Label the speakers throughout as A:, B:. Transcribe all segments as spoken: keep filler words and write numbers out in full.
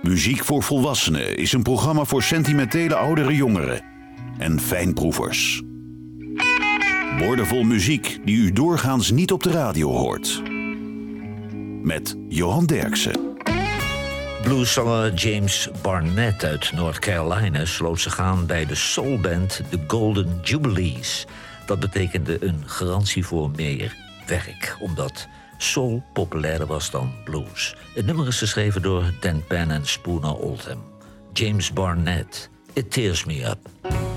A: Muziek voor Volwassenen is een programma voor sentimentele oudere jongeren en fijnproevers. Woordenvol muziek die u doorgaans niet op de radio hoort. Met Johan Derksen.
B: Blueszanger James Barnett uit North Carolina sloot zich aan bij de soulband The Golden Jubilees. Dat betekende een garantie voor meer werk, omdat soul populairder was dan blues. Het nummer is geschreven door Dan Penn en Spooner Oldham. James Barnett, It Tears Me Up.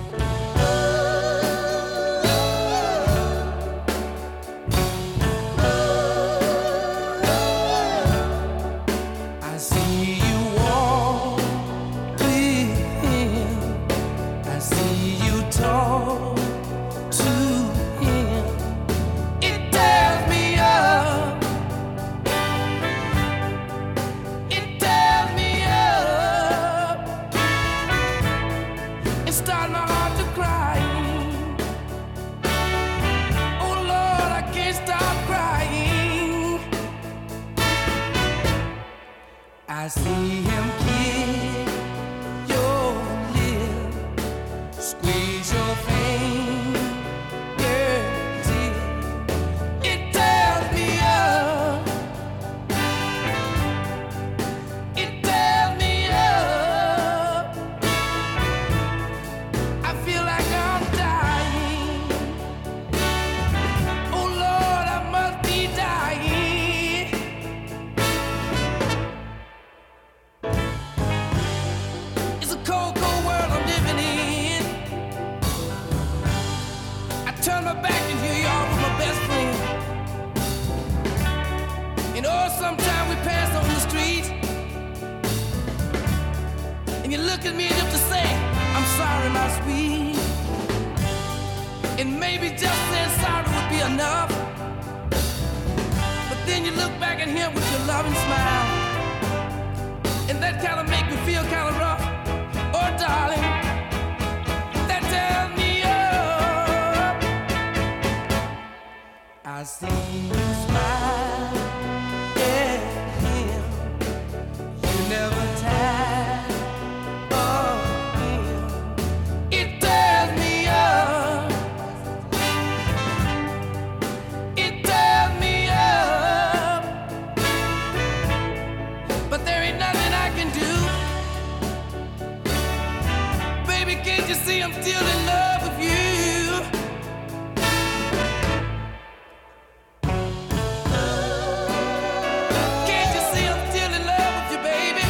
C: I see him kiss your lip, squeeze your finger tip. It tears me up, it tears me up. I feel like I'm dying. Oh Lord, I must be dying. Cold, cold world I'm living in. I turn my back and here you are with my best friend. And oh, sometimes we pass on the street, and you look at me as if to say, I'm sorry, my sweet. And maybe just saying sorry would be enough, but then you look back at him with your loving smile, and that kind of make me feel kind of rough. Oh, darling, that tears me up. I see you smile at him. You never tire of him. It tears me up. It tears me up. But there ain't nothing I can do. Can't you see I'm still in love with you? Can't you see I'm still in love with you, baby?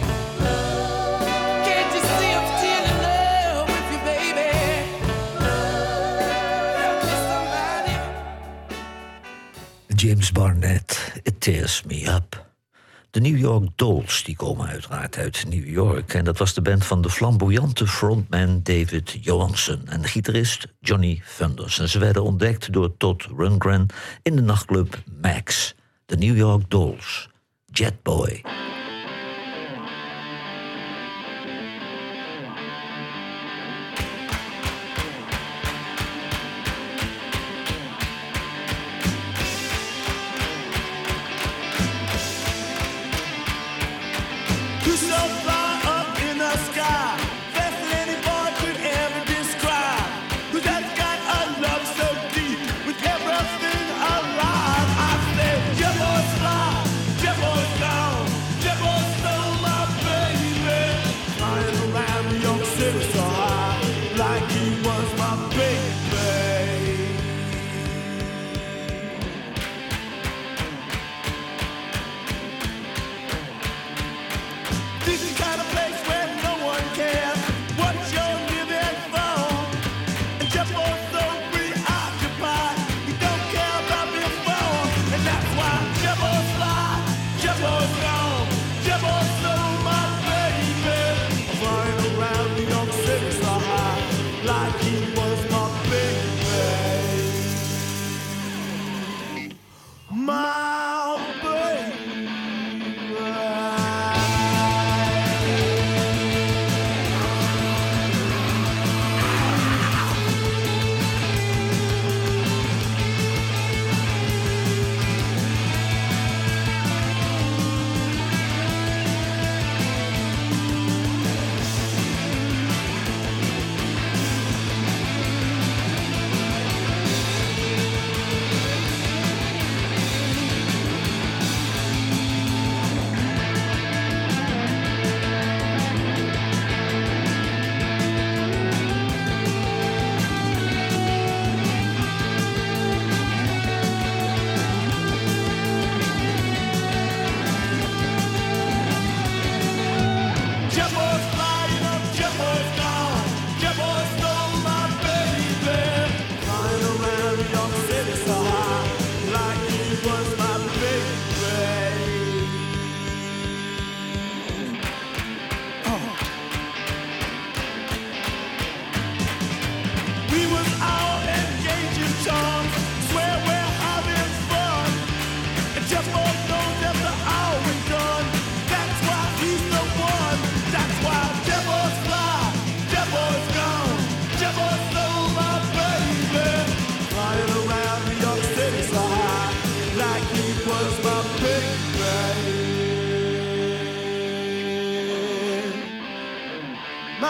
C: Can't you see I'm still in love with you, baby? Help me somebody.
B: James Barnett, It Tears Me Up. De New York Dolls die komen uiteraard uit New York. En dat was de band van de flamboyante frontman David Johansen en gitarist Johnny Thunders. En ze werden ontdekt door Todd Rundgren in de nachtclub Max. De New York Dolls, Jet Boy.
C: This is kind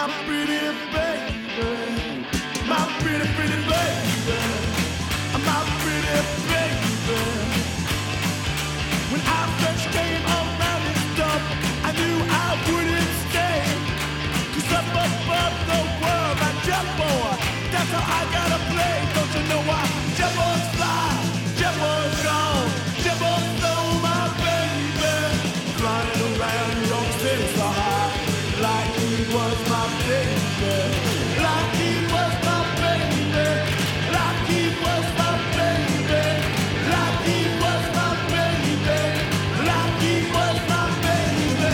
D: pretty baby, my pretty, pretty baby, my pretty baby. When I first came around this stuff, I knew I wouldn't stay. Cause up above the world, my Jumbo, that's how I gotta play. Don't you know why? Jumbo's fly, Jumbo's gone, Jumbo stole my baby. Flying around New York City so high, like he was my baby, like he was my baby, like he was my baby, like he was my baby, like he was my baby.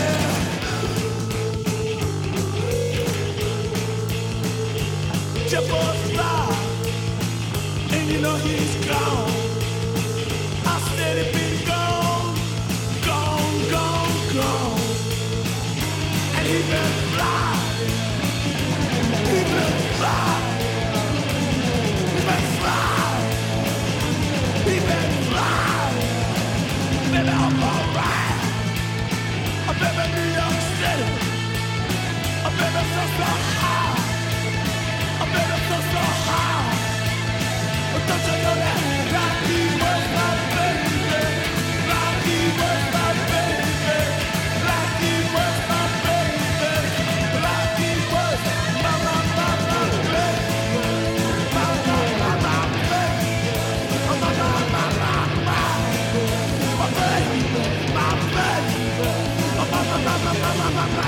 D: Jumbo's fly, and you know he's gone. I said he'd been gone, gone, gone, gone. And he been fly, he been fly, he been fly, he been fly. Baby, I'm alright. I baby New York City, I baby so so high, I baby so so high. But don't you know that Rocky was my baby, Rocky was my baby, Rocky was my baby, Rocky was my my my my baby, my my my my baby, my my my my my my baby, my baby, my my my my my my my my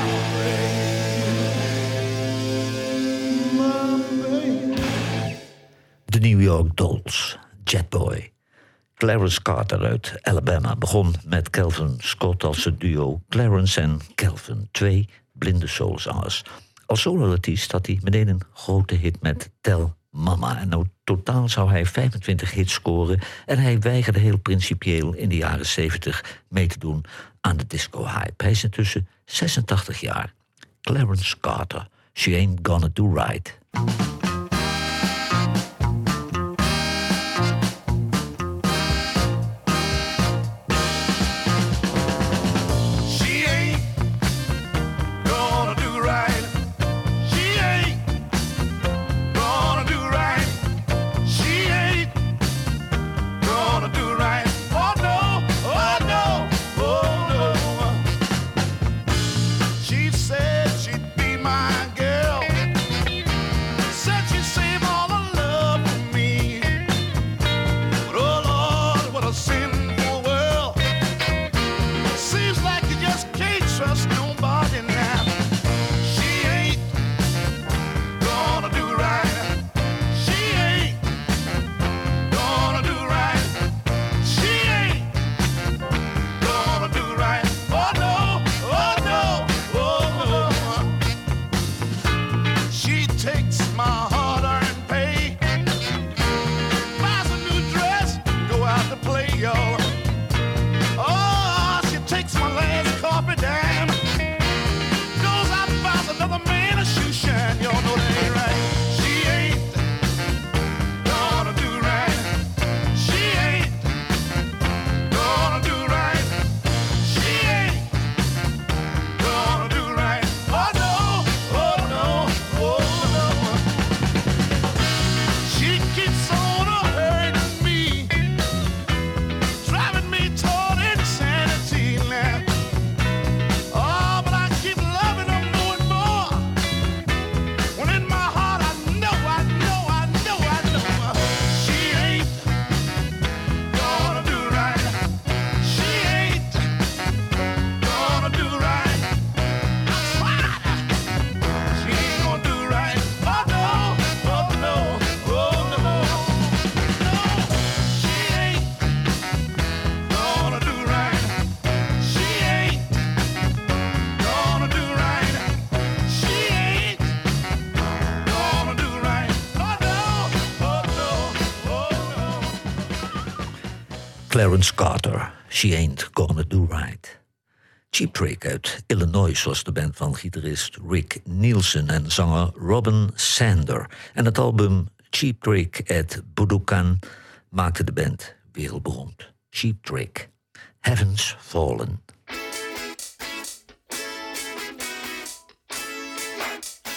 D: baby.
B: De New York Dolls, Jetboy. Clarence Carter uit Alabama begon met Calvin Scott als het duo Clarence en Calvin, twee blinde soulzangers. Als soloartiest had hij meteen een grote hit met Tell Mama. En nou, totaal zou hij vijfentwintig hits scoren en hij weigerde heel principieel in de jaren zeventig mee te doen aan de disco-hype. Hij is intussen zesentachtig jaar. Clarence Carter, She Ain't Gonna Do Right.
D: She ain't gonna do right. She ain't gonna do right. She ain't gonna do right. Oh no, oh no, oh no. She said she'd be my girl. Said she'd save all her love for me. But oh Lord, what a sinful world. Seems like you just can't trust nobody now. She ain't gonna do right. She ain't gonna do right. She ain't gonna do right. Oh no, oh no, oh no. She takes my hard-earned pay, buys a new dress, go out to play, y'all. Oh, she takes my last carpet dime, goes out and buys another man a shoe shine. Y'all know that ain't right. She ain't gonna do right. She ain't gonna do right. She ain't gonna do right. Oh no, oh no, oh no. She keeps on hurting me, driving me toward insanity now. Oh, but I keep loving her more and more. When in my heart I know, I know, I know, I know. She ain't gonna do right. She ain't gonna do right. I tried. She ain't gonna do right. Oh no, oh no, oh no. No, she ain't gonna do right. She ain't gonna do right. She ain't gonna do right. Oh no, oh no, oh no.
B: Clarence Carter, She Ain't Gonna Do Right. Cheap Trick uit Illinois was de band van gitarist Rick Nielsen en zanger Robin Sander. En het album Cheap Trick at Budokan maakte de band wereldberoemd. Cheap Trick, Heaven's Fallen.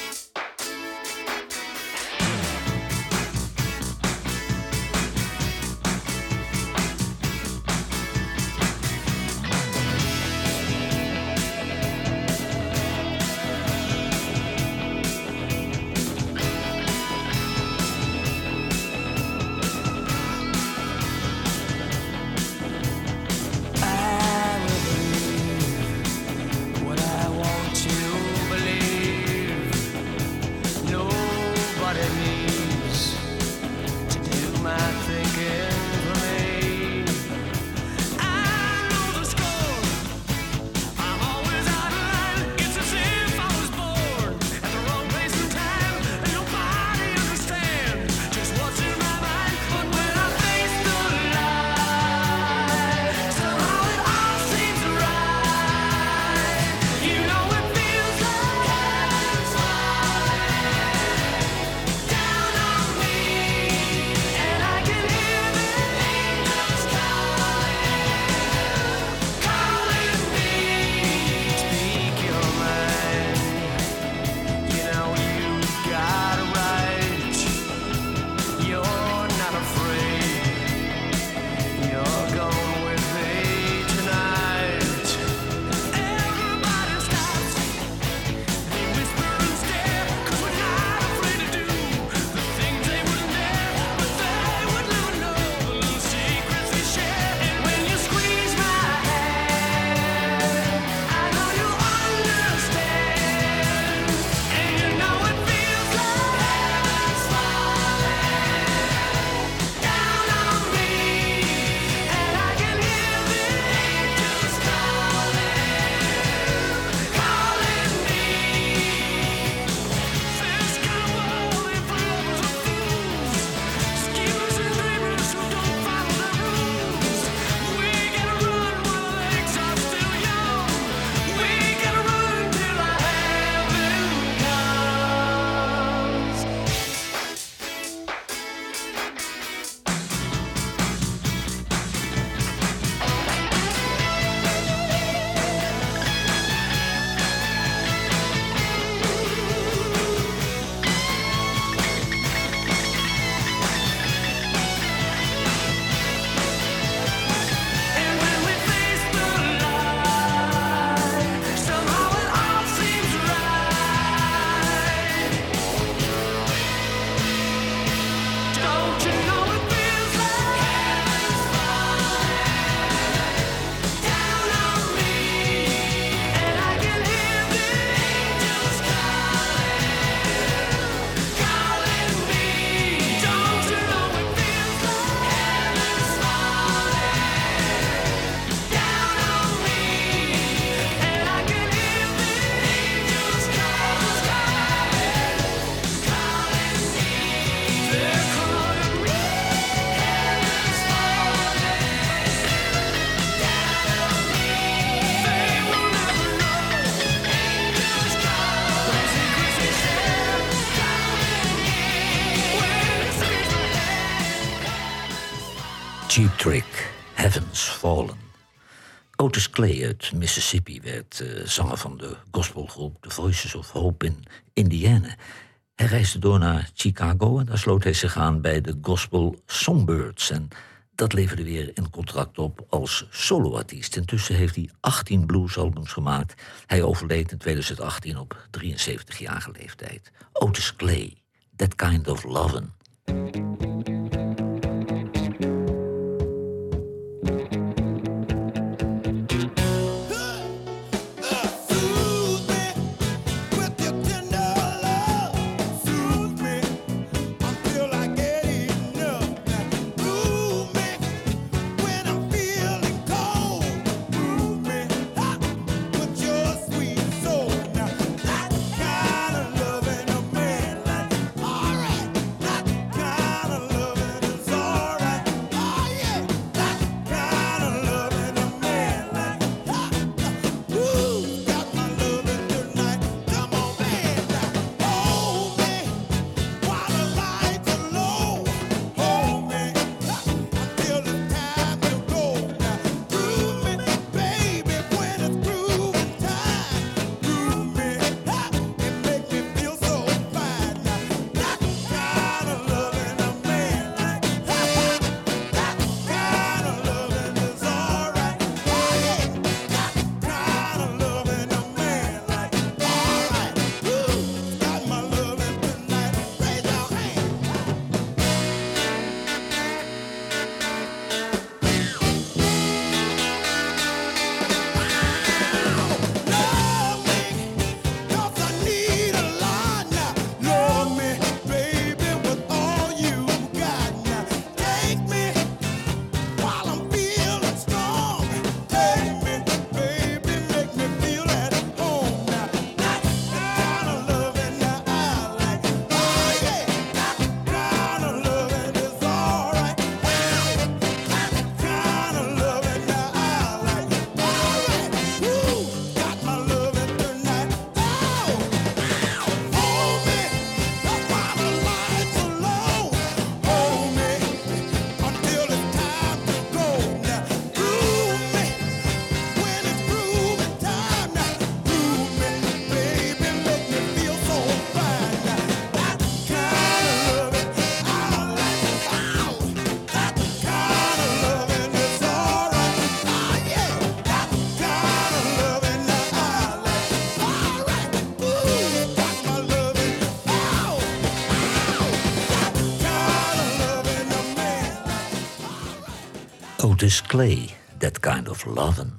B: Cheap Trick, Heaven's Fallen. Otis Clay uit Mississippi werd uh, zanger van de gospelgroep The Voices of Hope in Indiana. Hij reisde door naar Chicago en daar sloot hij zich aan bij de gospel Songbirds. En dat leverde weer een contract op als soloartiest. Intussen heeft hij achttien bluesalbums gemaakt. Hij overleed in twintig achttien op drieënzeventigjarige leeftijd. Otis Clay, That Kind of Lovin'. Otis Clay, That Kind of Lovin'.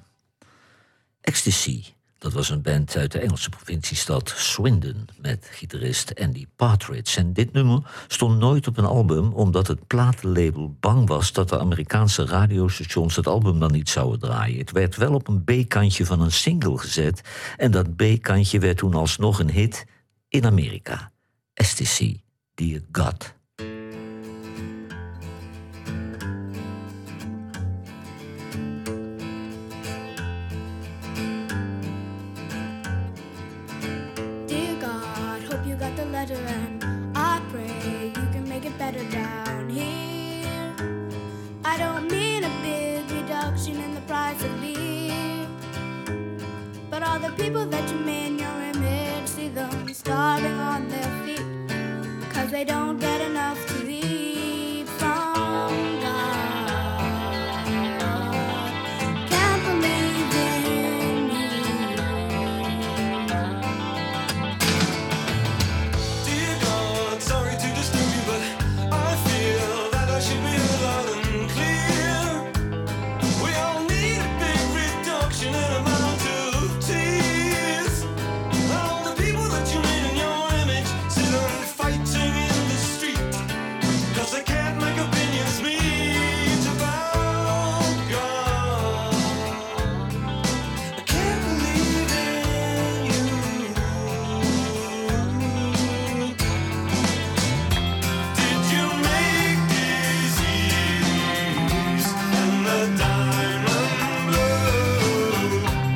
B: Ecstasy, dat was een band uit de Engelse provinciestad Swindon met gitarist Andy Partridge. En dit nummer stond nooit op een album omdat het platenlabel bang was dat de Amerikaanse radiostations het album dan niet zouden draaien. Het werd wel op een B-kantje van een single gezet en dat B-kantje werd toen alsnog een hit in Amerika. Ecstasy, Dear God.
E: The people that you made in your image, see them starving on their feet, cause they don't get enough to eat from God. Can't believe in you.
D: Dear God, sorry to disturb you, but I feel that I should be loud and clear. We all need a big reduction in amount of tears. All the people that you made in your image sit around fighting in the street, cause they can't make opinions meet about God. I can't believe in you. Did you make disease and the diamond blue?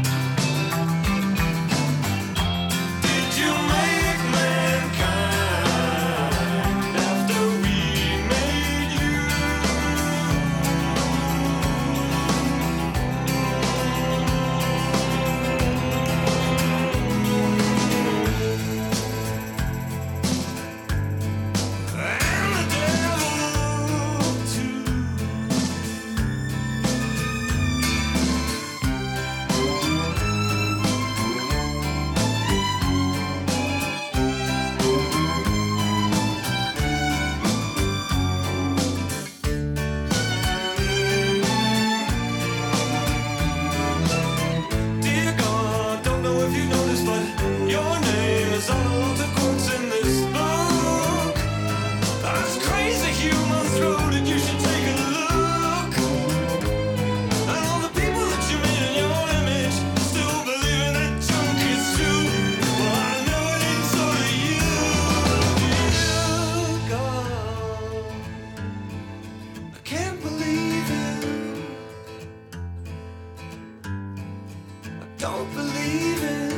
D: don't believe in.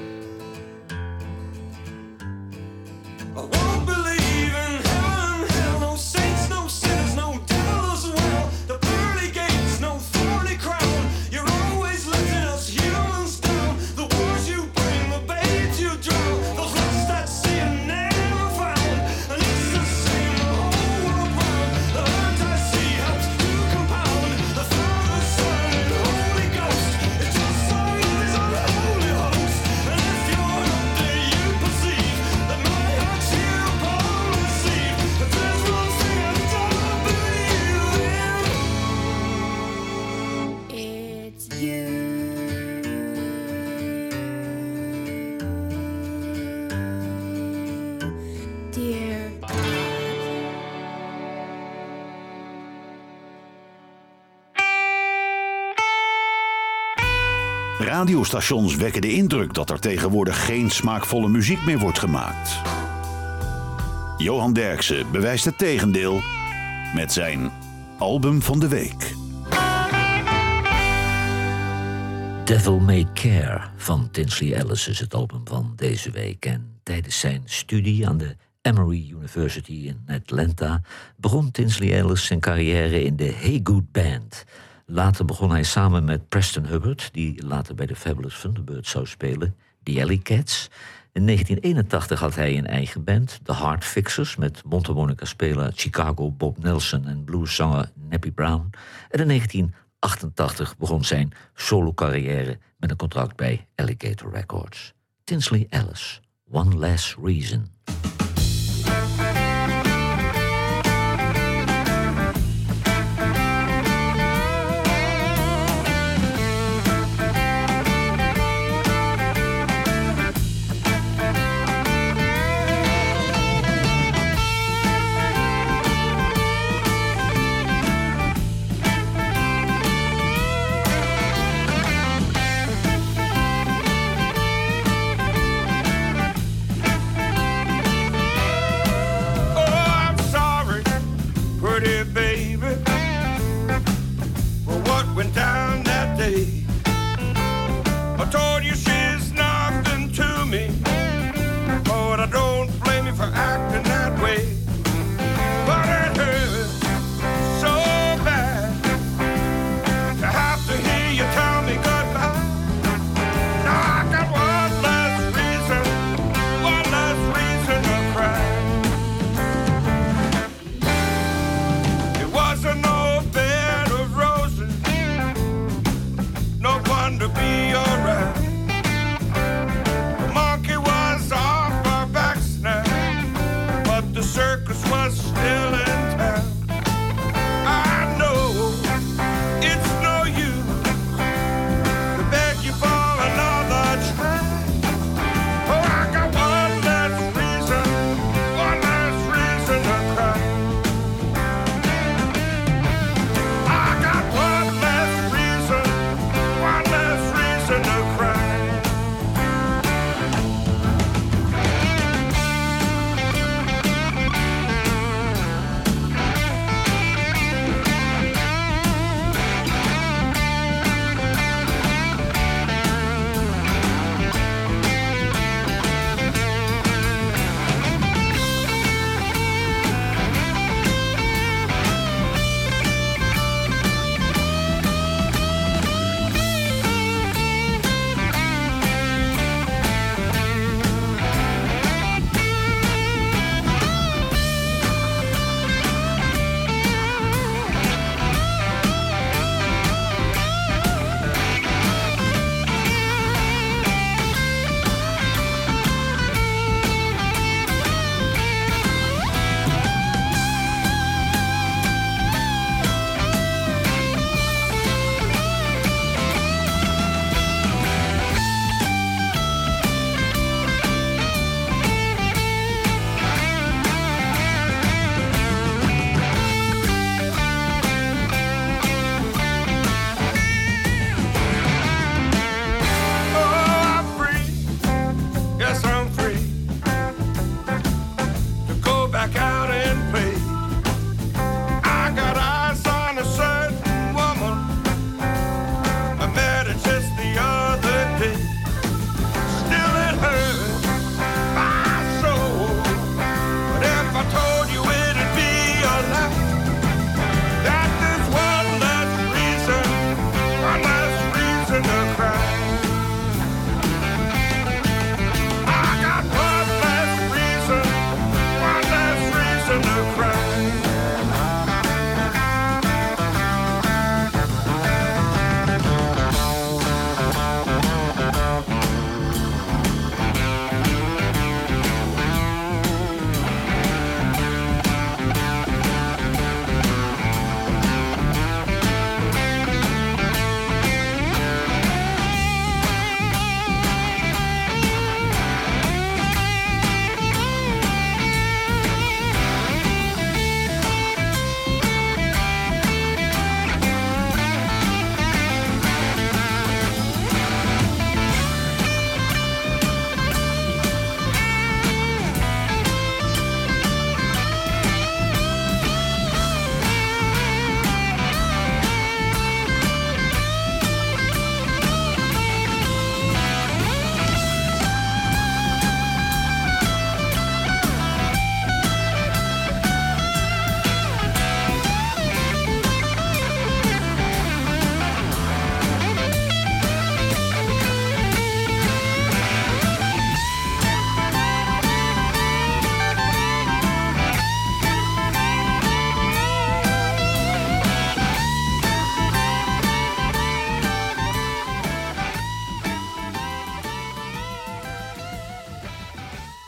D: I won't believe in heaven, hell, no saints, no sinners, no devil as well. The pearly gates, no thorny crown. You're always letting us humans down. The wars you bring, the babes you drown, those lost at sea and never found. And it's the same the whole world round. The land I see helps to compound the Father, Son, and Holy Ghost. It just so is on the Holy Host. And if you're up there, you perceive that my heart's here upon receive. If there's one thing I don't believe in,
E: It's you. Dear God.
A: Radiostations wekken de indruk dat er tegenwoordig geen smaakvolle muziek meer wordt gemaakt. Johan Derksen bewijst het tegendeel met zijn album van de week.
B: Devil May Care van Tinsley Ellis is het album van deze week. En tijdens zijn studie aan de Emory University in Atlanta begon Tinsley Ellis zijn carrière in de Hey Good Band. Later begon hij samen met Preston Hubbard, die later bij de Fabulous Thunderbirds zou spelen, The Alley Cats. In negentien eenentachtig had hij een eigen band, The Heart Fixers, met mondharmonica-speler Chicago Bob Nelson en blueszanger Nappy Brown. En in negentien achtentachtig begon zijn solo-carrière met een contract bij Alligator Records. Tinsley Ellis, One Less Reason.
D: I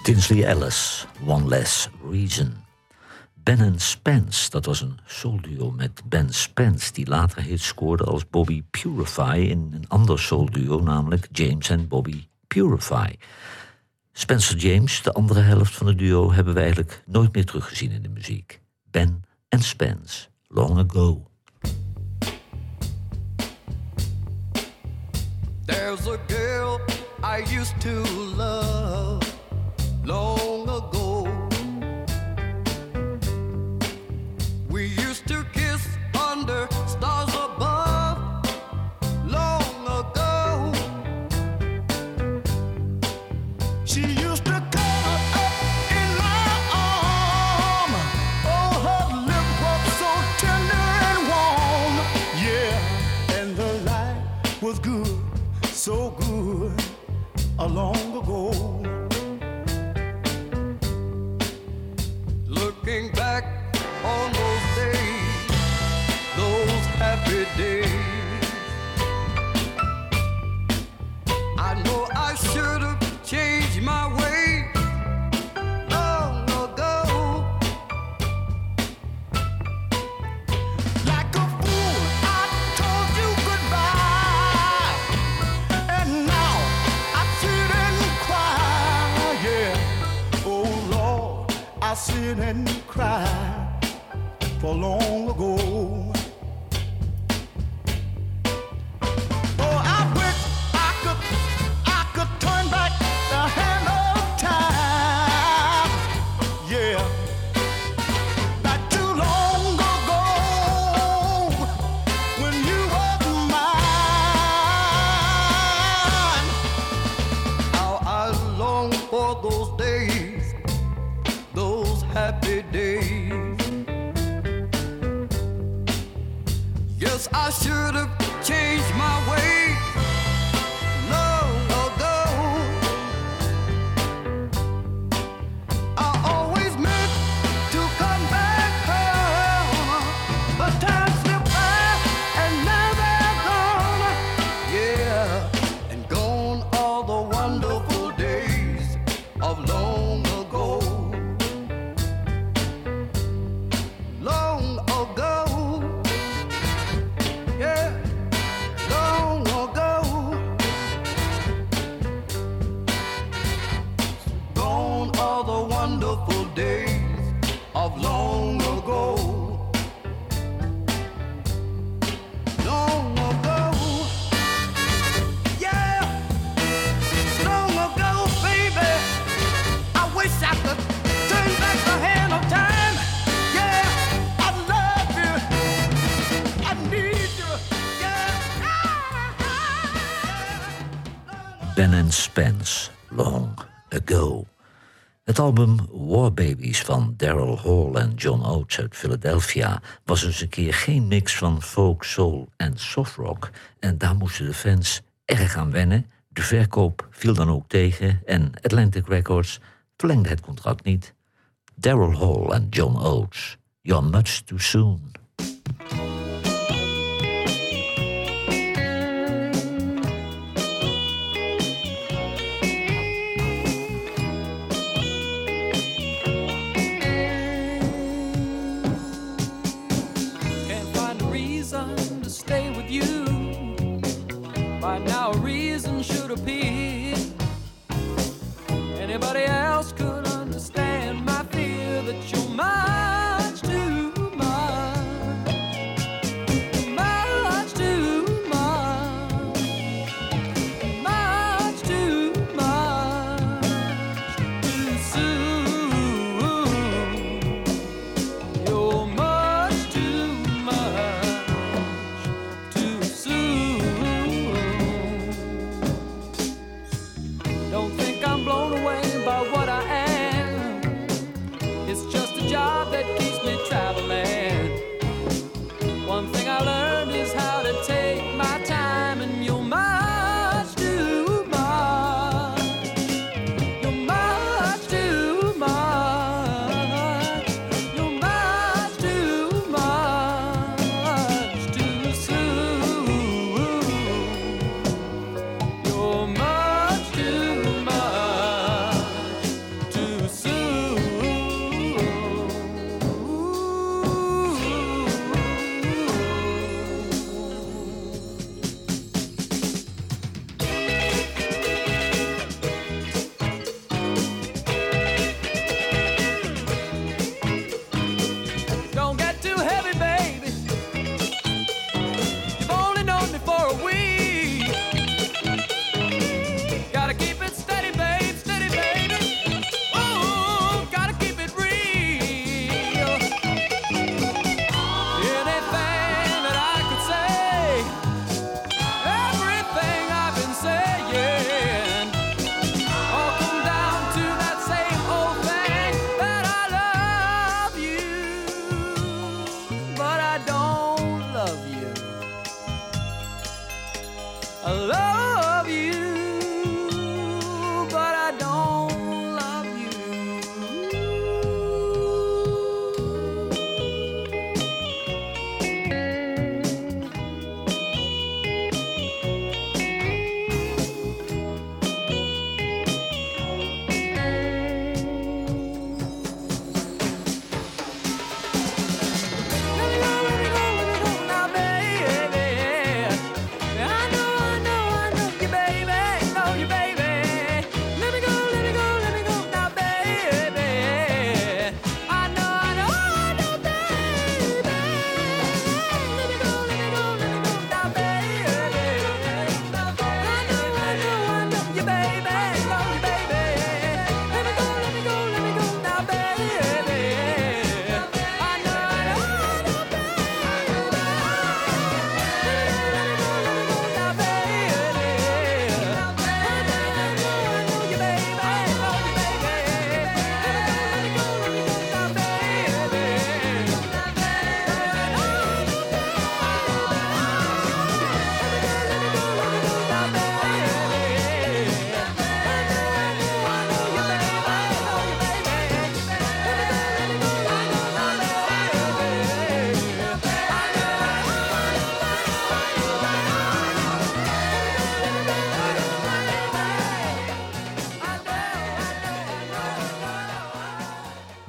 B: Tinsley Ellis, One Less Reason. Ben and Spence, dat was een soulduo met Ben Spence, die later hits scoorde als Bobby Purify in een ander soulduo, namelijk James en Bobby Purify. Spencer James, de andere helft van het duo, hebben we eigenlijk nooit meer teruggezien in de muziek. Ben and Spence, Long Ago.
F: There's a girl I used to love long ago. We used to kiss under stars above long ago.
D: She used to come up in my arm. Oh, her lip was so tender and warm. Yeah, and the light was good, so good, a long ago.
F: Looking back on those days, those happy days, I know I should have changed my ways long ago.
D: Like a fool, I told you goodbye, and now I sit and cry. Yeah, oh Lord, I sit and cry for long ago. Oh, I wish I could, I could turn back the hand of time. Yeah, not too long ago when you were mine.
F: How I long for those days, those happy days. Yes, I should have changed my ways long ago. I always meant to come back home, but time slipped by and now they're gone. Yeah, and gone all the wonderful days of long ago. Long ago. Yeah, long ago. Gone all the wonderful days of long ago. Long ago. Yeah, long ago, baby. I wish I could turn back the hand of time. Yeah, I love you. I need you.
B: Ben and Spence, Long Ago. Het album War Babies van Daryl Hall en John Oates uit Philadelphia was eens een keer geen mix van folk, soul en softrock. En daar moesten de fans erg aan wennen. De verkoop viel dan ook tegen en Atlantic Records verlengde het contract niet. Daryl Hall en John Oates, You're Much Too Soon.
C: Can't find a reason to stay with you. By now a reason should appear. Anybody else could understand my fear that you're much too much, much too much, much too much, too soon. You're much too much, too soon.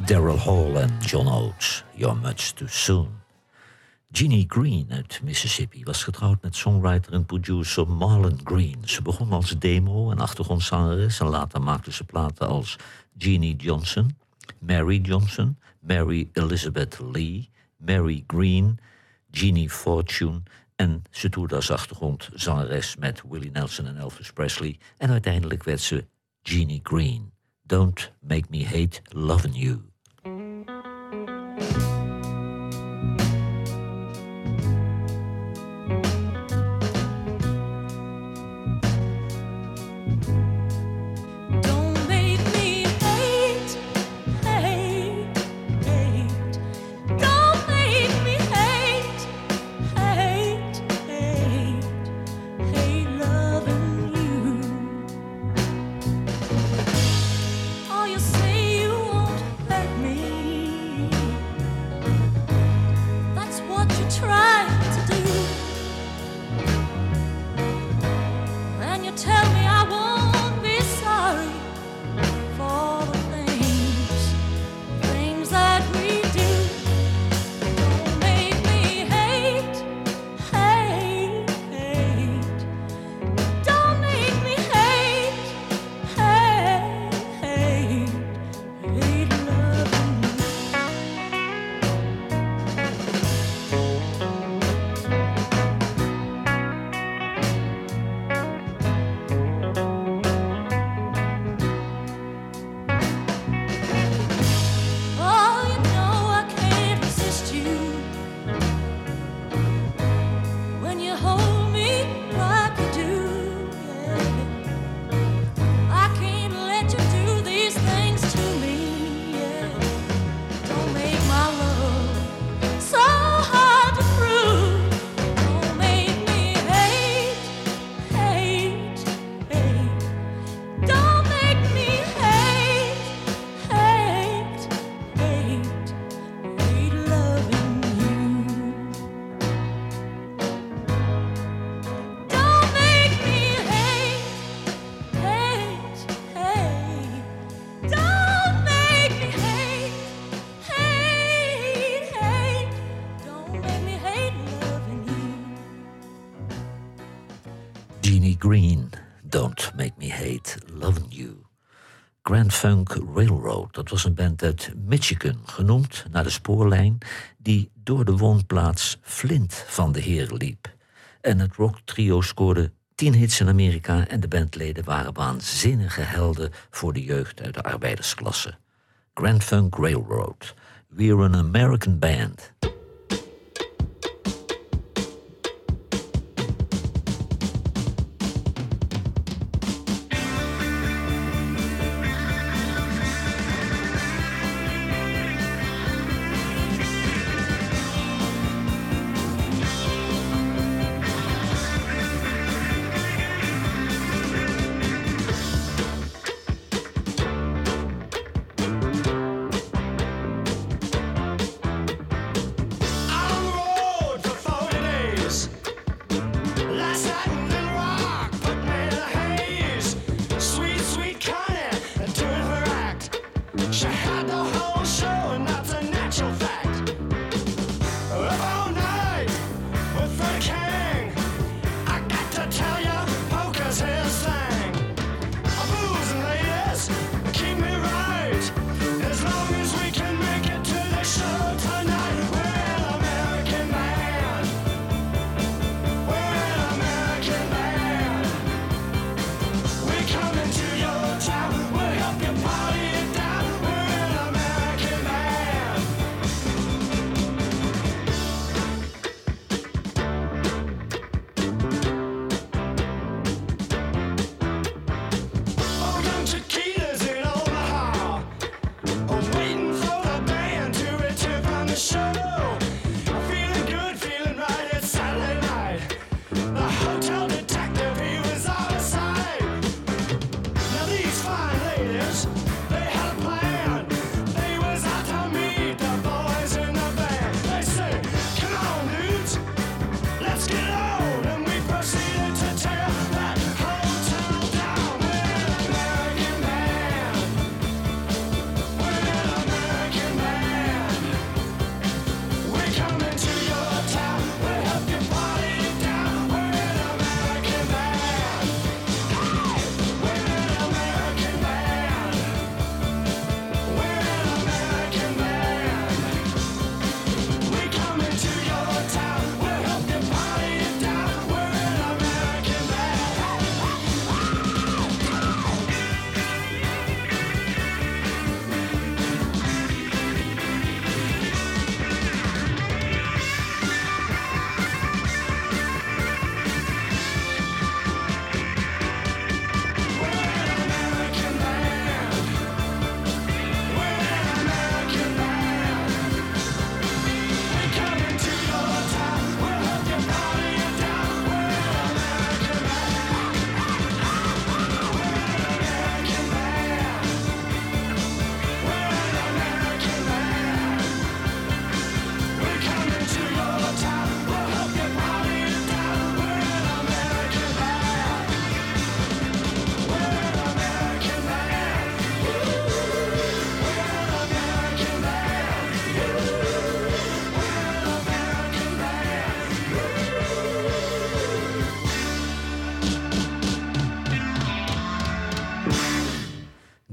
B: Daryl Hall en John Oates, You're Much Too Soon. Jeannie Green uit Mississippi was getrouwd met songwriter en producer Marlon Green. Ze begon als demo- en achtergrondzangeres en later maakte ze platen als Jeannie Johnson, Mary Johnson, Mary Elizabeth Lee, Mary Green, Jeannie Fortune en ze toerde als achtergrondzangeres met Willie Nelson en Elvis Presley en uiteindelijk werd ze Jeannie Green. Don't Make Me Hate Lovin' You. Jeannie Green, Don't Make Me Hate Lovin' You. Grand Funk Railroad, dat was een band uit Michigan, genoemd naar de spoorlijn die door de woonplaats Flint van de Heer liep. En het rocktrio scoorde tien hits in Amerika en de bandleden waren waanzinnige helden voor de jeugd uit de arbeidersklasse. Grand Funk Railroad, We're an American Band.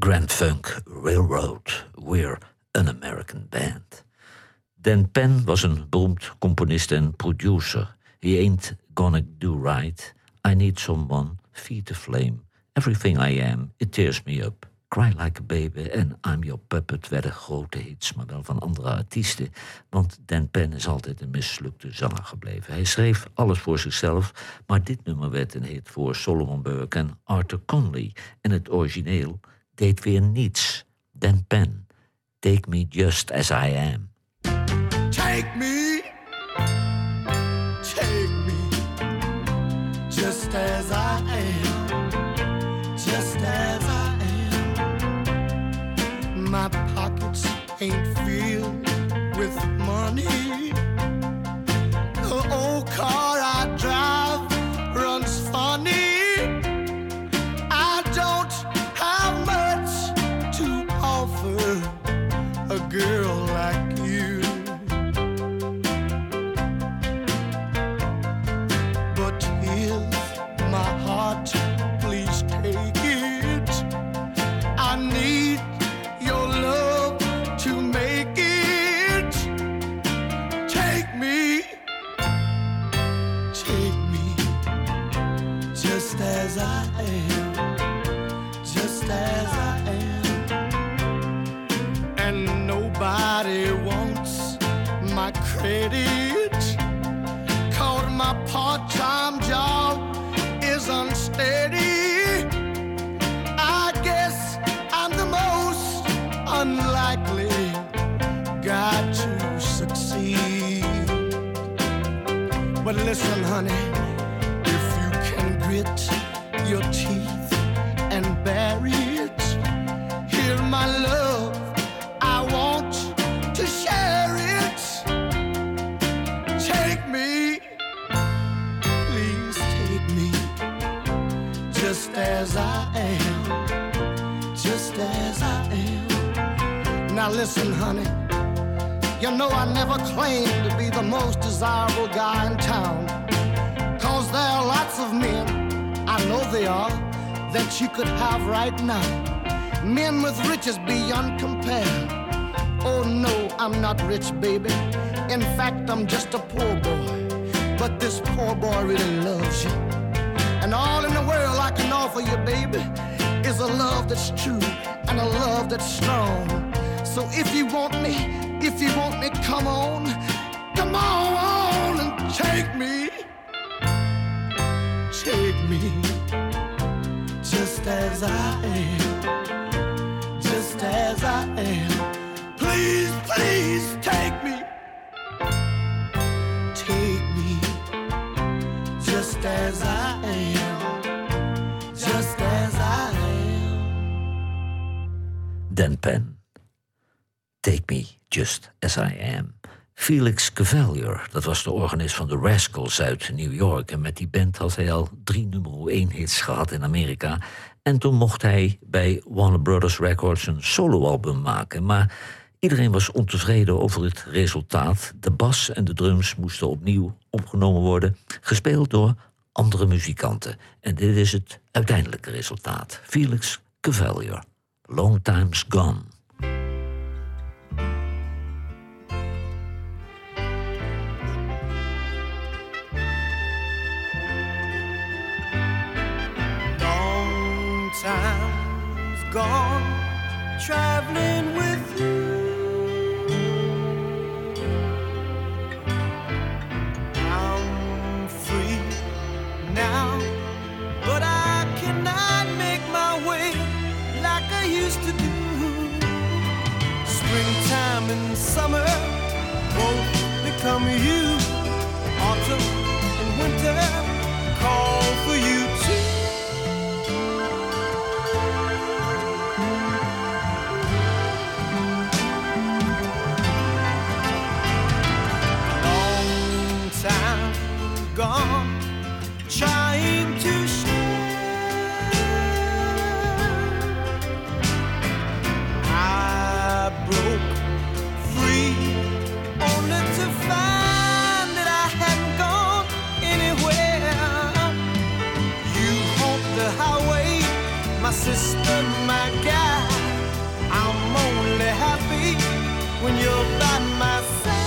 B: Grand Funk Railroad, We're an American Band. Dan Penn was een beroemd componist en producer. He ain't gonna do right. I need someone, feed the flame. Everything I am, it tears me up. Cry Like a Baby en I'm Your Puppet werden grote hits, maar wel van andere artiesten. Want Dan Penn is altijd een mislukte zanger gebleven. Hij schreef alles voor zichzelf, maar dit nummer werd een hit voor Solomon Burke en Arthur Conley. En het origineel deed weer niets. Dan Penn, Take Me Just As I Am.
F: Take me, take me, just as I am, just as I am. My pockets ain't filled with money. The old car I drive runs funny. I don't have much to offer a girl like you. But here's my heart, please take it. I need your love to make it. Take me, take me, just as I am, just as I am. And nobody wants my credit, 'cause my part-time job is unsteady. I guess I'm the most unlikely guy to succeed. But listen, honey, if you can grit your teeth and bear it, hear my love, I want to share it. Take me, please take me, just as I am, just as I am. Now listen, honey, you know I never claimed to be the most desirable guy in town, 'cause there are lots of men, I know they are, that you could have right now. Men with riches beyond compare. Oh no, I'm not rich, baby. In fact, I'm just a poor boy. But this poor boy really loves you. And all in the world I can offer you, baby, is a love that's true and a love that's strong. So if you want me, if you want me, come on, come on and take me, take me, just as I am, just as I am. Please, please take me, take me, just as I am, just as I am.
B: Dan Penn, Take Me Just As I Am. Felix Cavalier, dat was de organist van de Rascals uit New York. En met die band had hij al drie nummer één hits gehad in Amerika. En toen mocht hij bij Warner Brothers Records een soloalbum maken. Maar iedereen was ontevreden over het resultaat. De bas en de drums moesten opnieuw opgenomen worden, gespeeld door andere muzikanten. En dit is het uiteindelijke resultaat. Felix Cavalier, Long Time's Gone.
F: Time's gone, traveling with you. I'm free now, but I cannot make my way like I used to do. Springtime and summer both become you. Autumn and winter call for you too. Gone, trying to share. I broke free, only to find that I hadn't gone anywhere. You haunt the highway, my sister, my guide. when you're by my side.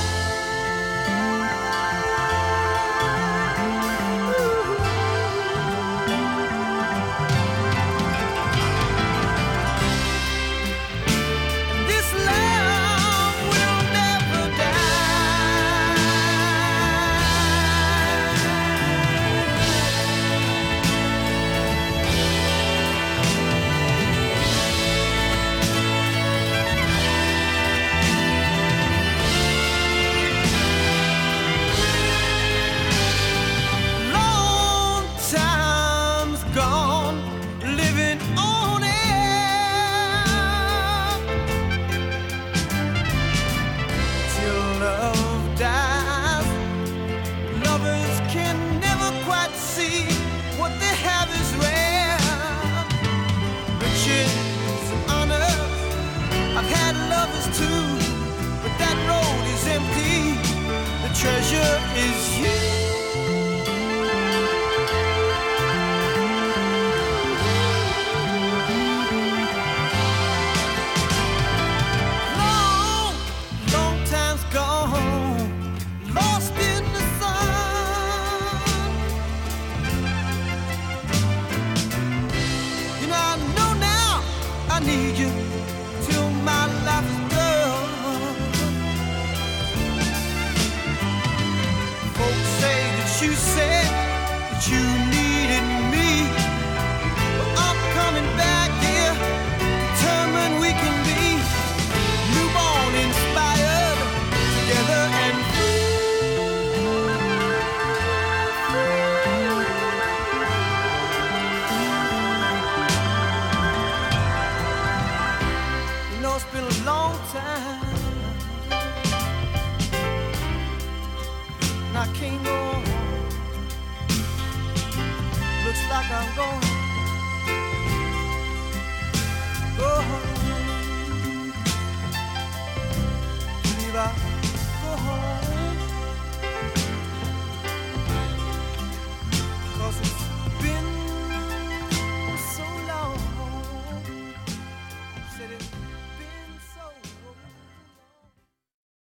F: This love will never die. Long time's gone, living on air, till love dies. Lovers can never quite see what they have is rare. Riches and honors, I've had lovers too, but that road is empty. The treasure is you. Long, long time's gone, lost in the sun. You know, I know now I need you till my life is done. Folks say that you said that you needed me. Well, I'm coming back here, determined we can be newborn, inspired, together and free. You know, it's been a long time, and I can't go on. Looks like I'm going